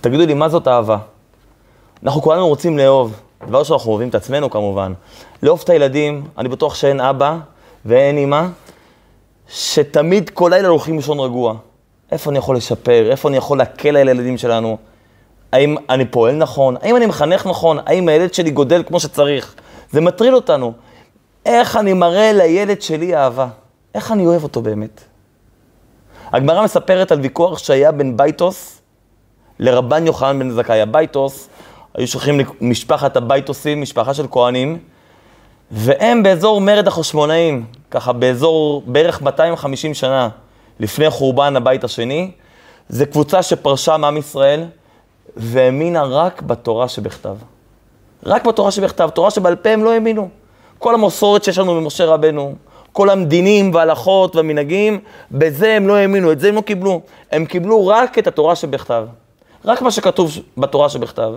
תגידו לי, מה זאת אהבה? אנחנו כולנו רוצים לאהוב. דבר שאנחנו אוהבים את עצמנו כמובן. לאהוב את הילדים, אני בטוח שאין אבא ואין אמא, שתמיד כל לילה הולכים לישון רגוע. איפה אני יכול לשפר? איפה אני יכול להקל על הילדים שלנו? האם אני פועל נכון? האם אני מחנך נכון? האם הילד שלי גודל כמו שצריך? זה מטריל אותנו. איך אני מראה לילד שלי אהבה? איך אני אוהב אותו באמת? הגמרא מספרת על ויכוח שהיה בין בייטוס לרבן יוחנן בן זכאי. הבייטוס, היו שולחים למשפחת הבייטוסים, משפחה של כהנים, והם באזור מרד החשמונאים, ככה באזור בערך 250 שנה לפני חורבן הבית השני. זה קבוצה שפרשה מעם ישראל, והאמינה רק בתורה שבכתב. רק בתורה שבכתב, תורה שבעל פה הם לא האמינו. כל המסורת שיש לנו ממשה רבנו, כל המדינים וההלכות והמנהגים, בזה הם לא האמינו, את זה הם לא קיבלו. הם קיבלו רק את התורה שבכתב. רק מה שכתוב בתורה שבכתב.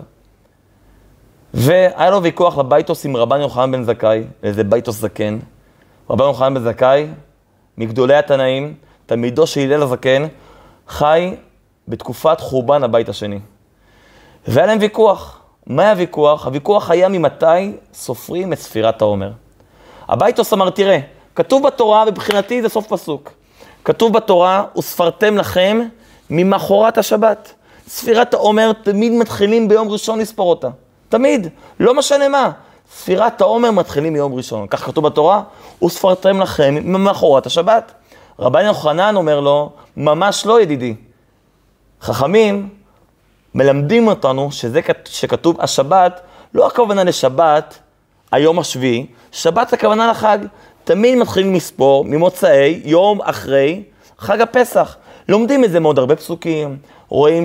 והיה לו ויכוח לבייטוס עם רבן יוחנן בן זכאי, איזה בייטוס זקן. רבן יוחנן בן זכאי, מגדולי התנאים, תלמידו של הלל הזקן, חי בתקופת חורבן הבית השני. והיה להם ויכוח. מה היה הוויכוח? הוויכוח היה ממתי סופרים את ספירת העומר. הבייטוס אמר, תראה, כתוב בתורה, ובבחינתי זה סוף פסוק. כתוב בתורה, וספרתם לכם ממחרת השבת. ספירת העומר תמיד מתחילים ביום ראשון לספור אותה. תמיד, לא משנה מה. ספירת העומר מתחילים מיום ראשון. כך כתוב בתורה, וספרתם לכם ממחרת השבת. רבן יוחנן אומר לו, ממש לא ידידי. חכמים מלמדים אותנו שזה שכתוב השבת, לא הכוונה לשבת, היום השביעי, שבת הכוונה לחג. תמיד מתחילים לספור ממוצאי, יום אחרי, חג הפסח. לומדים את זה מאוד הרבה פסוקים, רואים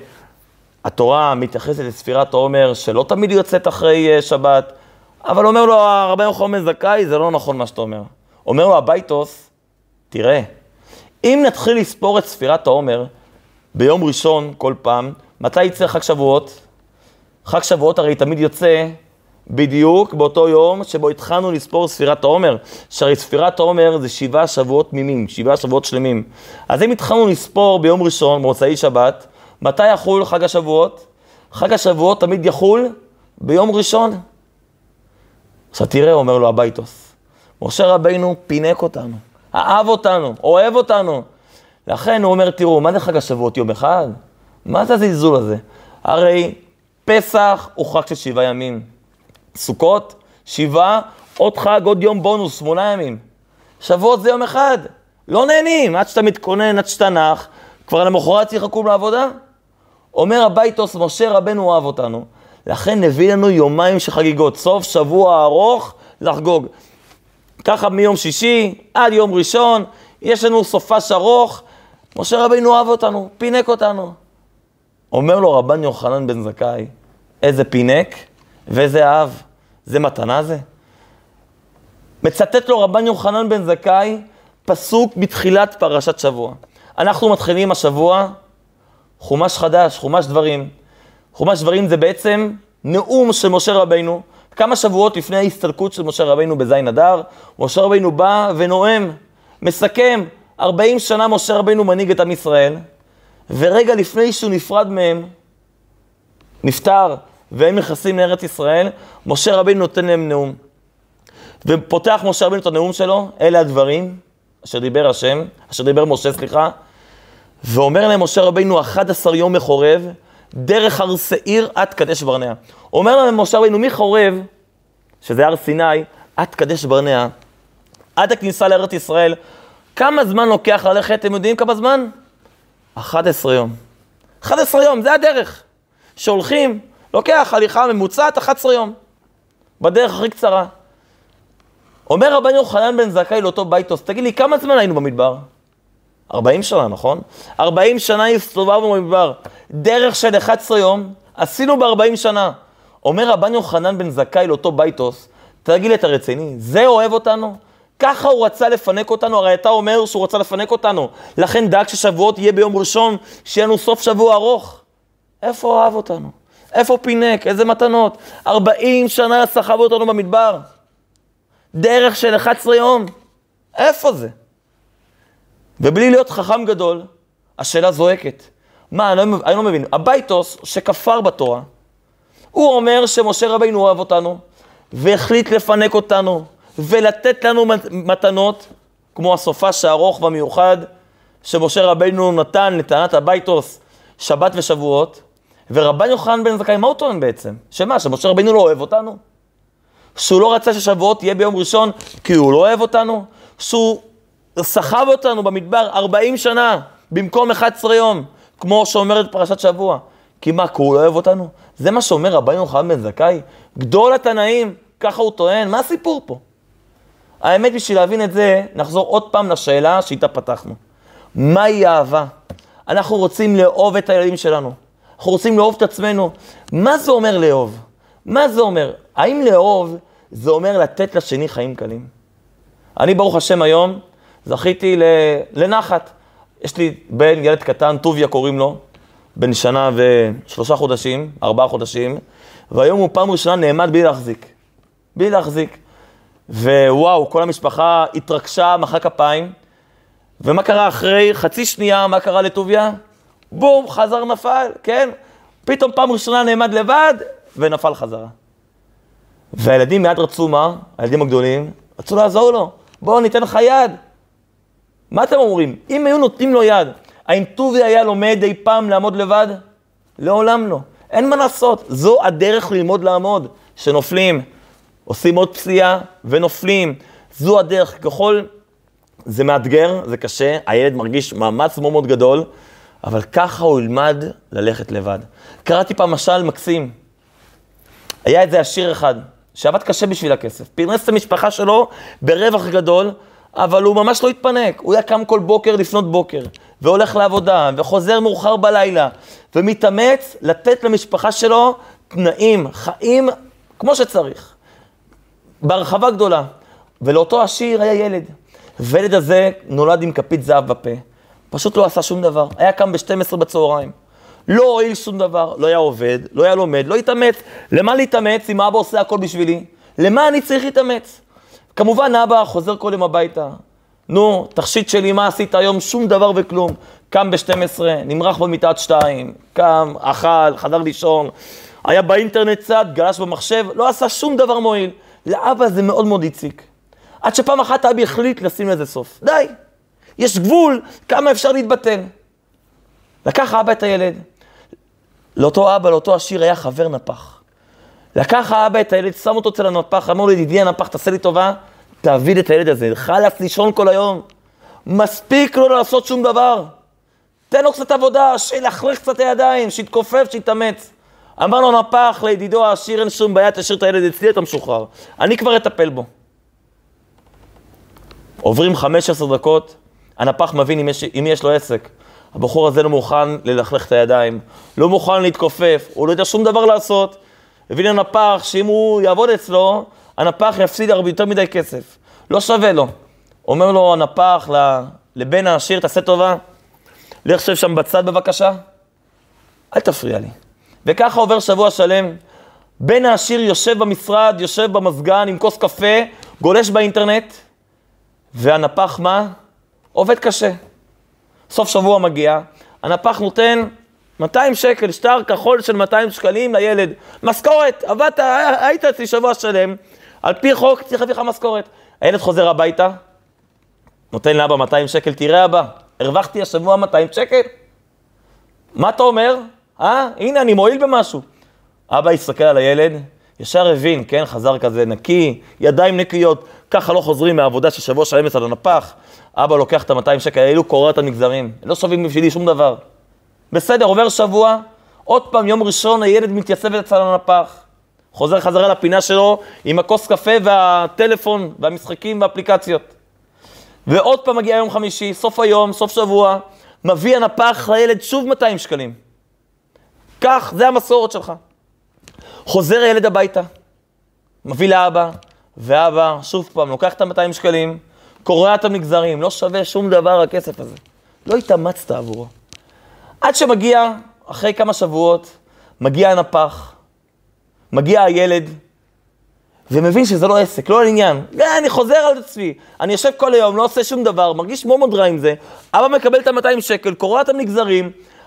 שהתורה מתייחסת לספירת העומר, שלא תמיד יוצאת אחרי שבת, אבל אומר לו הרבי יוחנן בן זכאי, זה לא נכון מה שאתה אומר. אומר לו הבייטוס, תראה, אם נתחיל לספור את ספירת העומר ביום ראשון כל פעם, מתי יצא חג שבועות? חג שבועות הרי תמיד יוצא בדיוק באותו יום שבו התחלנו לספור ספירת העומר, שהרי ספירת העומר זה 7 שבועות תמימים, 7 שבועות שלמים. אז אם התחלנו לספור ביום ראשון, מוצאי שבת, מתי יחול חג השבועות? חג השבועות תמיד יחול ביום ראשון. עכשיו תראה, אומר לו הבייטוס, משה רבינו פינק אותנו, אהב אותנו, אוהב אותנו. לכן הוא אומר, תראו, מה זה חג השבועות יום אחד? מה זה הזלזול הזה? הרי פסח הוא חג של 7 ימים. סוכות, 7, עוד חג, עוד יום בונוס, 8 ימים. שבועות זה יום אחד. לא נהנים, עד שאתה מתכונן, עד שאתה נח, כבר למחרת צריך לקום לעבודה. אומר הבייטוס, משה רבנו אוהב אותנו. לכן נביא לנו יומיים של חגיגות, סוף שבוע ארוך לחגוג. ככה מיום שישי עד יום ראשון, יש לנו סופש ארוך, משה רבנו אוהב אותנו, פינק אותנו. אומר לו רבן יוחנן בן זכאי, איזה פינק ואיזה אהב, זה מתנה זה? מצטט לו רבן יוחנן בן זכאי, פסוק בתחילת פרשת שבוע. אנחנו מתחילים השבוע חומש חדש, חומש דברים. חומש דברים זה בעצם נאום של משה רבינו. כמה שבועות לפני ההסתלקות של משה רבינו בזין אדר, משה רבינו בא ונואם, מסכם, 40 שנה משה רבינו מנהיג את עם ישראל, ורגע לפני שהוא נפרד מהם, נפטר, והם נכנסים לארץ ישראל, משה רבינו נותן להם נאום. ופותח משה רבינו את הנאום שלו, אלה הדברים, אשר דיבר משה, ואומר להם משה רבינו 11 יום מחורב, דרך הר שעיר עד קדש ברנע. אומר להם משה רבינו מחורב, שזה הר סיני, עד קדש ברנע, עד הכניסה לארץ ישראל, כמה זמן לוקח ללכת? אתם יודעים כמה זמן? 11 יום. 11 יום, זה הדרך. שהולכים, לוקח הליכה ממוצעת 11 יום. בדרך הכי קצרה. אומר רבן יוחנן בן זכאי לאותו בייטוס, תגיד לי, כמה זמן היינו במדבר? 40 שנה, נכון? 40 שנה הסתובבנו במדבר. דרך של 11 יום, עשינו ב-40 שנה. אומר רבן יוחנן בן זכאי לאותו בייטוס, תגיד לי, אתה רציני, זה אוהב אותנו? ככה הוא רצה לפנק אותנו, הרי אתה אומר שהוא רצה לפנק אותנו. לכן דאג ששבועות יהיה ביום ראשון, שיהיה לנו סוף שבוע ארוך. איפה אוהב אותנו? איפה פינק? איזה מתנות? 40 שנה סחב אותנו במדבר. דרך של 11 יום. איפה זה? ובלי להיות חכם גדול, השאלה זועקת. מה, אני לא מבין. הבייטוס שכפר בתורה, הוא אומר שמשה רבינו אוהב אותנו, והחליט לפנק אותנו, ולתת לנו מתנות, כמו הסופש הארוך והמיוחד, שמשה רבינו נתן לטענת הבייטוס שבת ושבועות, ורבן יוחנן בן זכאי, מה הוא טוען בעצם? שמה, שמשה רבינו לא אוהב אותנו? שהוא לא רצה ששבועות יהיה ביום ראשון כי הוא לא אוהב אותנו? שהוא סחב אותנו במדבר 40 שנה במקום 11 יום, כמו שאומרת פרשת שבוע. כי מה, כי הוא לא אוהב אותנו? זה מה שאומר רבן יוחנן בן זכאי? גדול התנאים, ככה הוא טוען. מה הסיפור פה? האמת, בשביל להבין את זה, נחזור עוד פעם לשאלה שאיתה פתחנו. מהי אהבה? אנחנו רוצים לאהוב את הילדים שלנו. אנחנו רוצים לאהוב את עצמנו. מה זה אומר לאהוב? מה זה אומר? האם לאהוב זה אומר לתת לשני חיים קלים? אני ברוך השם היום זכיתי לנחת. יש לי בן ילד קטן, טוביה קוראים לו, בן שנה ו3 חודשים, 4 חודשים, והיום הוא פעם ראשונה נעמד בלי להחזיק. בלי להחזיק. ווואו, כל המשפחה התרגשה, מחא כפיים. ומה קרה אחרי חצי שנייה, מה קרה לטוביה? בום, חזר נפל, כן? פתאום פעם ראשונה נעמד לבד, ונפל חזרה. והילדים מיד רצו מה? הילדים הגדולים, רצו לעזור לו. בואו ניתן לך יד. מה אתם אומרים? אם היו נותנים לו יד, האם טוביה היה לומד אי פעם לעמוד לבד? לעולם לא. אין מה לעשות. זו הדרך ללמוד לעמוד. שנופלים, עושים עוד פסיעה ונופלים. זו הדרך. ככל זה מאתגר, זה קשה, הילד מרגיש מאמץ מאוד מאוד גדול, אבל ככה הוא ילמד ללכת לבד. קראתי פעם משל מקסים. היה איזה עשיר אחד, שעבד קשה בשביל הכסף. פרנס את המשפחה שלו ברווח גדול, אבל הוא ממש לא התפנק. הוא היה קם כל בוקר לפנות בוקר, והולך לעבודה, וחוזר מאוחר בלילה, ומתאמץ לתת למשפחה שלו תנאים, חיים כמו שצריך. בהרחבה גדולה. ולאותו עשיר היה ילד. וילד הזה נולד עם כפית זהב בפה. פשוט לא עשה שום דבר. היה קם ב-12 בצהריים. לא הועיל שום דבר, לא היה עובד, לא היה לומד, לא התאמץ. למה להתאמץ אם אבא עושה הכל בשבילי? למה אני צריך להתאמץ? כמובן אבא חוזר כל יום הביתה. נו, תכשיט שלי, מה עשית היום? שום דבר וכלום. קם ב-12, נמרח במיטה עד 2, קם, אכל, חדר לישון, היה באינטרנט צד, גלש במחשב, לא עשה שום דבר מועיל. לאבא זה מאוד מאוד הציק. עד שפעם אחת אבא החליט לשים לזה סוף. די, יש גבול כמה אפשר להתבטל. לקח אבא את הילד. לאותו אבא, לאותו עשיר היה חבר נפח. לקח אבא את הילד, שם אותו אצל הנפח, אמר לו, ידידי הנפח, תעשה לי טובה, תעביד את הילד הזה, חלס לישון כל היום. מספיק לו לעשות שום דבר. תן לו קצת עבודה, שילכלך קצת הידיים, שיתכופף, שיתאמץ. אמר לו נפח לידידו העשיר, אין שום בעיה, תשאיר את הילד אצלי, אתה משוחרר. אני כבר אטפל בו. עוברים 15 דקות, הנפח מבין אם יש לו עסק. הבחור הזה לא מוכן ללכלך את הידיים, לא מוכן להתכופף, הוא לא יודע שום דבר לעשות. הבין הנפח שאם הוא יעבוד אצלו, הנפח יפסיד הרבה יותר מדי כסף. לא שווה לו. אומר לו הנפח לבן העשיר, תעשה טובה, לך שב שם בצד בבקשה, אל תפריע לי. וככה עובר שבוע שלם, בן העשיר יושב במשרד, יושב במזגן עם כוס קפה, גולש באינטרנט, והנפח מה? עובד קשה. סוף שבוע מגיע, הנפח נותן 200 שקל, שטר כחול של 200 שקלים לילד. משכורת, עבדת, היית אצלי שבוע שלם, על פי חוק צריך להביא לך משכורת. הילד חוזר הביתה, נותן לאבא 200 שקל, תראה אבא, הרווחתי השבוע 200 שקל. מה אתה אומר? הנה אני מועיל במשהו. אבא יסתכל על הילד, ישר הבין, כן, חזר כזה נקי, ידיים נקיות, ככה לא חוזרים מהעבודה של שבוע שלם אצל הנפח. אבא לוקח את ה-200 שקל, האלו קורא את המגזרים, לא שווים בשבילי שום דבר. בסדר, עובר שבוע, עוד פעם יום ראשון הילד מתייצב אצל הנפח. חוזר חזרה לפינה שלו עם הכוס קפה והטלפון והמשחקים והאפליקציות. ועוד פעם מגיע יום חמישי, סוף היום, סוף שבוע, מביא הנפח לילד שוב 200 שקלים. כך, זה המסורת שלך. חוזר הילד הביתה, מביא לאבא, ואבא שוב פעם לוקח את ה-200 שקלים, קורא את המגזרים, לא שווה שום דבר הכסף הזה. לא התאמצת עבורו. עד שמגיע, אחרי כמה שבועות, מגיע הנפח, מגיע הילד, ומבין שזה לא עסק, לא עניין. אני חוזר על עצמי, אני יושב כל היום, לא עושה שום דבר, מרגיש מאוד רע עם זה. אבא מקבל את ה-200 שקל, קורא את המגזרים,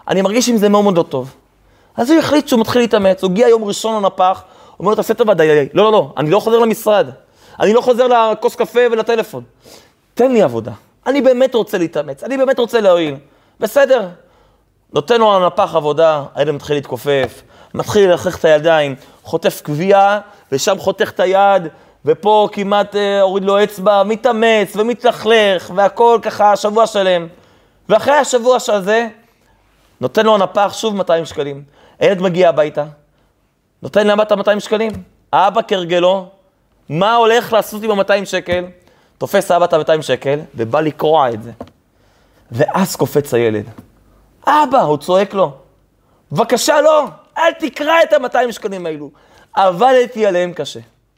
אני מרגיש עם זה מאוד מאוד טוב. אז הוא החליט שהוא מתחיל להתאמץ, הוא הגיע יום ראשון לנפח, הוא אומר לו, תעשה את הוודאי, לא, אני לא חוזר למשרד, אני לא חוזר לכוס קפה ולטלפון. תן לי עבודה, אני באמת רוצה להתאמץ, אני באמת רוצה להועיל. בסדר, נותן לו לנפח עבודה, הילד מתחיל להתכופף, מתחיל ללכלך את הידיים, חוטף קביעה, ושם חותך את היד, ופה כמעט הוריד לו אצבע, מתאמץ ומתלכלך, והכל ככה שבוע שלם. ואחרי השבוע הזה, נותן לו הנפח שוב 200 שקלים. הילד מגיע הביתה, נותן לאבא את 200 שקלים. האבא כרגלו, מה הולך לעשות עם 200 שקל? תופס האבא את 200 שקל, ובא לקרוע את זה. ואז קופץ הילד. אבא, הוא צועק לו. בבקשה לא, אל תקרא את 200 שקלים האלו. עבדתי עליהם קשה.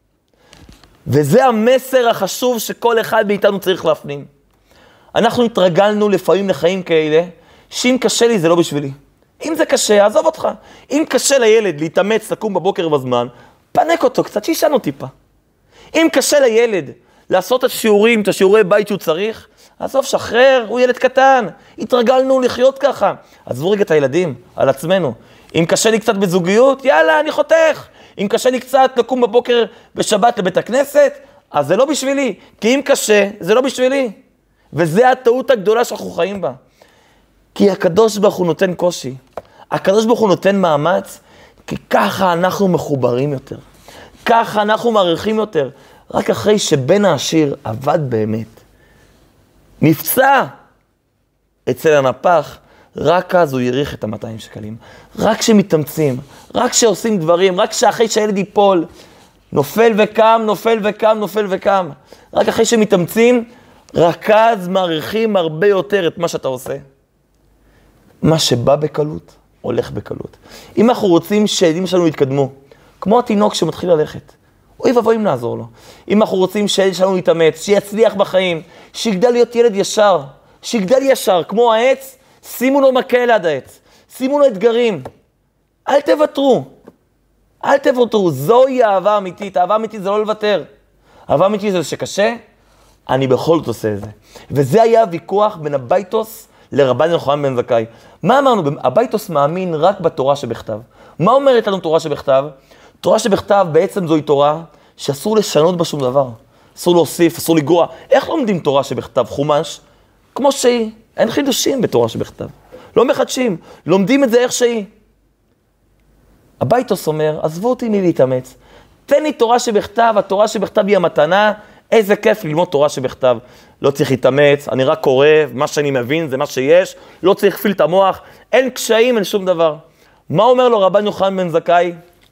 וזה המסר החשוב שכל אחד מאיתנו צריך להפנים. אנחנו התרגלנו לפעמים לחיים כאלה, שאם קשה לי זה לא בשבילי. אם זה קשה, עזוב אותך. אם קשה לילד להתאמץ, לקום בבוקר בזמן, פנק אותו קצת, שישנו טיפה. אם קשה לילד לעשות את השיעורים, את השיעורי בית שהוא צריך, עזוב, שחרר, הוא ילד קטן. התרגלנו לחיות ככה. עזבו רגע את הילדים, על עצמנו. אם קשה לי קצת בזוגיות, יאללה, אני חותך. אם קשה לי קצת לקום בבוקר בשבת לבית הכנסת, אז זה לא בשבילי. כי אם קשה, זה לא בשבילי. וזה הטעות הגדולה שאנחנו חיים בה. כי הקדוש ברוך הוא נותן קושי. הקדוש ברוך הוא נותן מאמץ, כי ככה אנחנו מחוברים יותר. ככה אנחנו מעריכים יותר. רק אחרי שבן העשיר עבד באמת, נפצע אצל הנפח, רק אז הוא יריך את 200 שקלים. רק כשמתאמצים, רק כשעושים דברים, רק שאחרי שהילד ייפול, נופל וקם, נופל וקם, נופל וקם. רק אחרי שמתאמצים, רק אז מעריכים הרבה יותר את מה שאתה עושה. מה שבא בקלות, הולך בקלות. אם אנחנו רוצים שהילדים שלנו יתקדמו, כמו התינוק שמתחיל ללכת, אוי ואבוי אם נעזור לו. אם אנחנו רוצים שהילד שלנו יתאמץ, שיצליח בחיים, שיגדל להיות ילד ישר, שיגדל ישר, כמו העץ, שימו לו מקל ליד העץ, שימו לו אתגרים. אל תוותרו, אל תוותרו, זוהי אהבה אמיתית. אהבה אמיתית זה לא לוותר. אהבה אמיתית זה שקשה, אני בכל זאת עושה את זה. וזה היה הוויכוח בין הבייטוס לרבן יוחנן בן זכאי. מה אמרנו? הבייטוס מאמין רק בתורה שבכתב. מה אומרת לנו תורה שבכתב? תורה שבכתב בעצם זוהי תורה שאסור לשנות בה שום דבר. אסור להוסיף, אסור לגרוע. איך לומדים תורה שבכתב? חומש, כמו שהיא. אין חידושים בתורה שבכתב. לא מחדשים. לומדים את זה איך שהיא. הבייטוס אומר, עזבו אותי מלהתאמץ. תן לי תורה שבכתב, התורה שבכתב היא המתנה. איזה כיף ללמוד תורה שבכתב. לא צריך להתאמץ, אני רק קורא, מה שאני מבין זה מה שיש. לא צריך להפעיל את המוח. אין קשיים, אין שום דבר. מה אומר לו רבן יוחנן בן זכאי?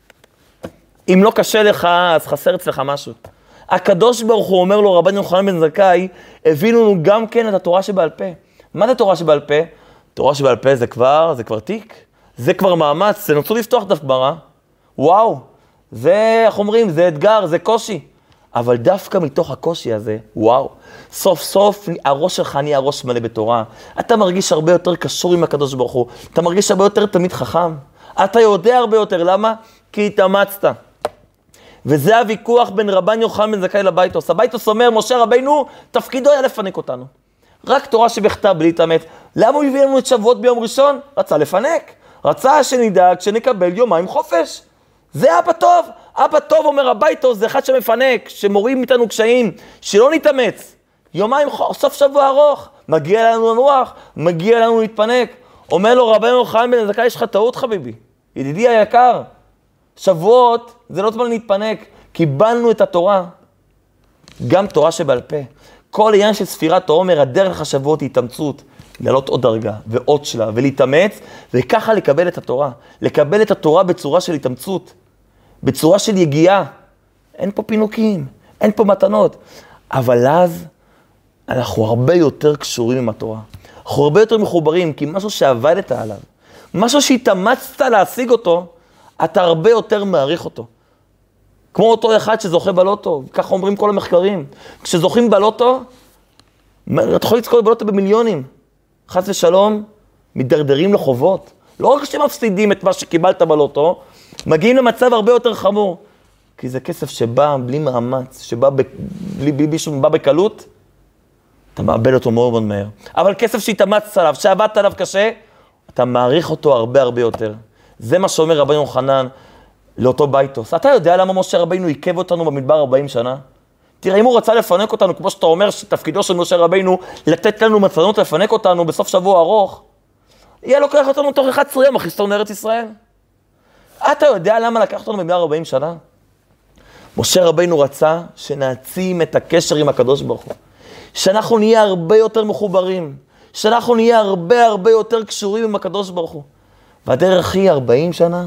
אם לא קשה לך, אז חסר אצלך משהו. הקדוש ברוך הוא אומר לו, רבן יוחנן בן זכאי, הבינו לנו גם כן את התורה שבעל פה. מה זה תורה שבעל פה? תורה שבעל פה זה כבר תיק. זה כבר מאמץ, זה נוצרו לפתוח דף גמרא. וואו, זה, איך אומרים, זה אתגר, זה קושי. אבל דווקא מתוך הקושי הזה, וואו, סוף סוף הראש שלך נהיה ראש מלא בתורה. אתה מרגיש הרבה יותר קשור עם הקדוש ברוך הוא. אתה מרגיש הרבה יותר תמיד חכם. אתה יודע הרבה יותר, למה? כי התאמצת. וזה הוויכוח בין רבן יוחנן בן זכאי לבייטוס. הבייטוס אומר, משה רבינו, תפקידו היה לפנק אותנו. רק תורה שבכתב בלי להתאמץ. למה הוא הביא לנו את שבועות ביום ראשון? רצה לפנק. רצה שנדאג שנקבל יומיים חופש. זה אבא טוב. אבא טוב אומר הבייטוס, זה אחד שמפנק, שמורים איתנו קשיים, שלא נתאמץ. יומיים סוף שבוע ארוך. מגיע לנו לנוח, מגיע לנו להתפנק. אומר לו רבן יוחנן בן זכאי, יש לך טעות חביבי. ידידי היקר. שבועות זה לא זמן להתפנק. קיבלנו את התורה. גם תורה שבעל פה. כל עניין של ספירת העומר, הדרך השבועות היא התאמצות, לעלות עוד דרגה ועוד שלה, ולהתאמץ, וככה לקבל את התורה. לקבל את התורה בצורה של התאמצות, בצורה של יגיעה. אין פה פינוקים, אין פה מתנות. אבל אז אנחנו הרבה יותר קשורים עם התורה. אנחנו הרבה יותר מחוברים, כי משהו שעבדת עליו, משהו שהתאמצת להשיג אותו, אתה הרבה יותר מעריך אותו. כמו אותו אחד שזוכה בלוטו, ככה אומרים כל המחקרים. כשזוכים בלוטו, אתה יכול לזכות בלוטו במיליונים. חס ושלום, מתדרדרים לחובות. לא רק שמפסידים את מה שקיבלת בלוטו, מגיעים למצב הרבה יותר חמור. כי זה כסף שבא בלי מאמץ, שבא בא בקלות, אתה מאבד אותו מאוד מאוד מהר. אבל כסף שהתאמצת עליו, שעבדת עליו קשה, אתה מעריך אותו הרבה הרבה יותר. זה מה שאומר רבנו יוחנן לאותו בייטוס. אתה יודע למה משה רבינו עיכב אותנו במדבר 40 שנה? תראה, אם הוא רצה לפנק אותנו, כמו שאתה אומר שתפקידו של משה רבינו לתת לנו מתנות לפנק אותנו בסוף שבוע ארוך, יהיה לוקח אותנו תוך 11 יום, מכניס אותנו לארץ ישראל. אתה יודע למה לקח אותנו במדבר 40 שנה? משה רבינו רצה שנעצים את הקשר עם הקדוש ברוך הוא. שאנחנו נהיה הרבה יותר מחוברים. שאנחנו נהיה הרבה הרבה יותר קשורים עם הקדוש ברוך הוא. והדרך היא 40 שנה,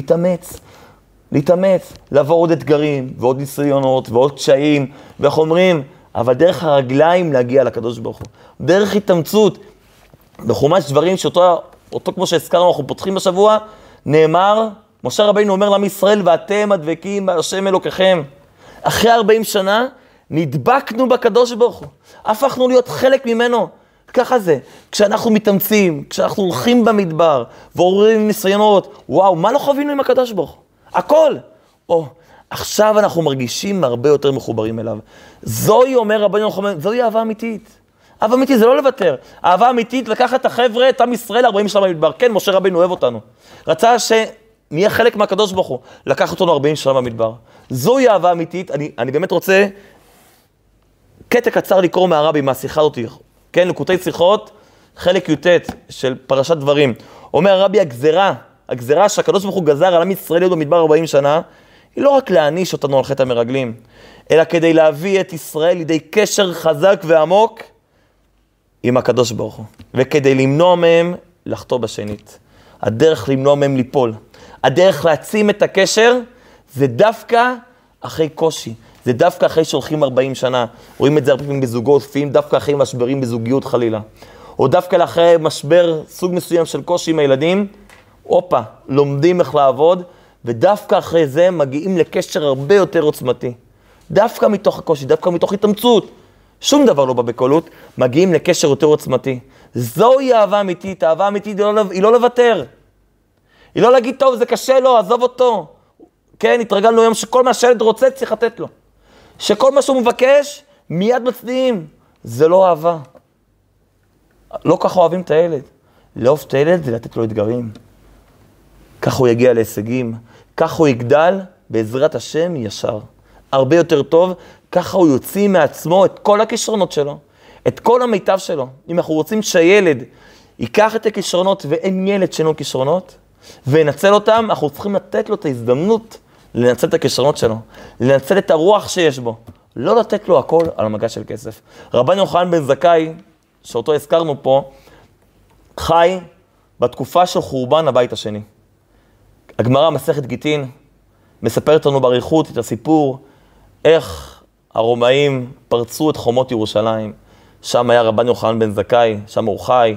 להתאמץ, לעבור עוד אתגרים ועוד ניסיונות ועוד קשיים, ואנחנו אומרים, אבל דרך הרגליים להגיע לקדוש ברוך הוא. דרך התאמצות. בחומש דברים שאותו כמו שהזכרנו, אנחנו פותחים בשבוע, נאמר, משה רבינו אומר לעם ישראל, ואתם הדבקים בהשם אלוקיכם. אחרי 40 שנה, נדבקנו בקדוש ברוך הוא. הפכנו להיות חלק ממנו. ככה זה. כשאנחנו מתאמצים, כשאנחנו הולכים במדבר, ועוברים ניסיונות, וואו, מה לא חווינו עם הקדוש ברוך הוא? הכל. עכשיו אנחנו מרגישים הרבה יותר מחוברים אליו. זוהי, אומר רבנו יוחנן, זוהי אהבה אמיתית. אהבה אמיתית זה לא לוותר. אהבה אמיתית לקחת את החבר'ה, את עם ישראל 40 שנה במדבר. כן, משה רבינו אוהב אותנו. רצה שנהיה חלק מהקדוש ברוך הוא. לקח אותנו 40 שנה במדבר. זוהי אהבה אמיתית. אני באמת רוצה קטע קצר לקרוא מהרבי, מהשיחה אותי. כן, לקוטי שיחות, חלק י"ט של פרשת דברים. אומר הרבי, הגזרה שהקדוש ברוך הוא גזר על עם ישראל להיות במדבר 40 שנה, היא לא רק להעניש אותנו על חטא המרגלים, אלא כדי להביא את ישראל לידי קשר חזק ועמוק עם הקדוש ברוך הוא, וכדי למנוע מהם לחטוא בשנית. הדרך למנוע מהם ליפול, הדרך להעצים את הקשר, זה דווקא אחרי קושי, זה דווקא אחרי שהולכים 40 שנה. רואים את זה הרבה פעמים בזוגות, לפעמים דווקא אחרי משברים בזוגיות חלילה. או דווקא לאחרי משבר סוג מסוים של קושי עם הילדים, לומדים איך לעבוד, ודווקא אחרי זה מגיעים לקשר הרבה יותר עוצמתי. דווקא מתוך הקושי, דווקא מתוך התאמצות. שום דבר לא בא בקלות, מגיעים לקשר יותר עוצמתי. זוהי אהבה אמיתית. האהבה אמיתית היא לא לוותר. היא לא להגיד, טוב, זה קשה לו, עזוב אותו. כן, התרגלנו היום שכל מה שהילד רוצה צריך לתת לו. שכל מה שהוא מבקש, מיד מצדיעים. זה לא אהבה. לא ככה אוהבים את הילד. לאהוב את הילד זה לתת לו אתגרים. ככה הוא יגיע להישגים. ככה הוא יגדל בעזרת השם ישר. הרבה יותר טוב, ככה הוא יוציא מעצמו את כל הכישרונות שלו. את כל המיטב שלו. אם אנחנו רוצים שהילד ייקח את הכישרונות ואין ילד שאין לו כישרונות, וינצל אותם, אנחנו צריכים לתת לו את ההזדמנות לנצל את הכישרונות שלו. לנצל את הרוח שיש בו. לא לתת לו הכל על המגש של כסף. רבן יוחנן בן זכאי, שאותו הזכרנו פה, חי בתקופה של חורבן הבית השני. הגמרא מסכת גיטין מספרת לנו באריכות את הסיפור איך הרומאים פרצו את חומות ירושלים. שם היה רבן יוחנן בן זכאי, שם הוא חי,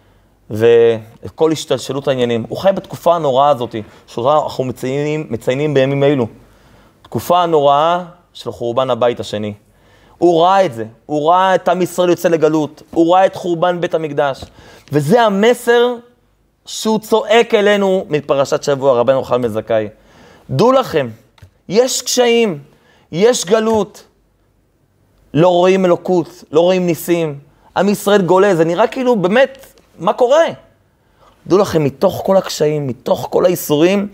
וכל השתלשלות העניינים. הוא חי בתקופה הנוראה הזאת, שאנחנו מציינים בימים אלו. תקופה הנוראה של חורבן הבית השני. הוא ראה את זה, הוא ראה את עם ישראל יוצא לגלות, הוא ראה את חורבן בית המקדש. וזה המסר שהוא צועק אלינו מפרשת שבוע, רבן יוחנן בן זכאי. דעו לכם, יש קשיים, יש גלות, לא רואים אלוקות, לא רואים ניסים. עם ישראל גולה, זה נראה כאילו באמת, מה קורה? דעו לכם, מתוך כל הקשיים, מתוך כל האיסורים,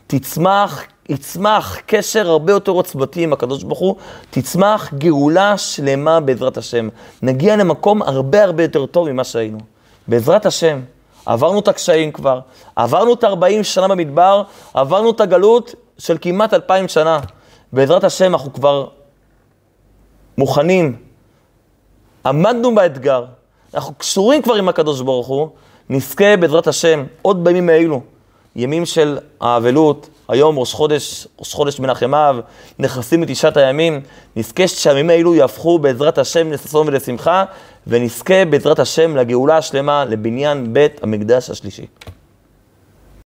יצמח קשר הרבה יותר עוצמתי עם הקדוש ברוך הוא, תצמח גאולה שלמה בעזרת השם. נגיע למקום הרבה הרבה יותר טוב ממה שהיינו. בעזרת השם, עברנו את הקשיים כבר, עברנו את 40 שנה במדבר, עברנו את הגלות של כמעט 2000 שנה. בעזרת השם אנחנו כבר מוכנים, עמדנו באתגר, אנחנו קשורים כבר עם הקדוש ברוך הוא, נזכה בעזרת השם עוד בימים האלו, ימים של האבלות, היום ראש חודש מנחם אב, נכנסים לתשעת הימים, נזכה שהימים האלו יהפכו בעזרת השם לששון ולשמחה, ונזכה בעזרת השם לגאולה השלמה לבניין בית המקדש השלישי.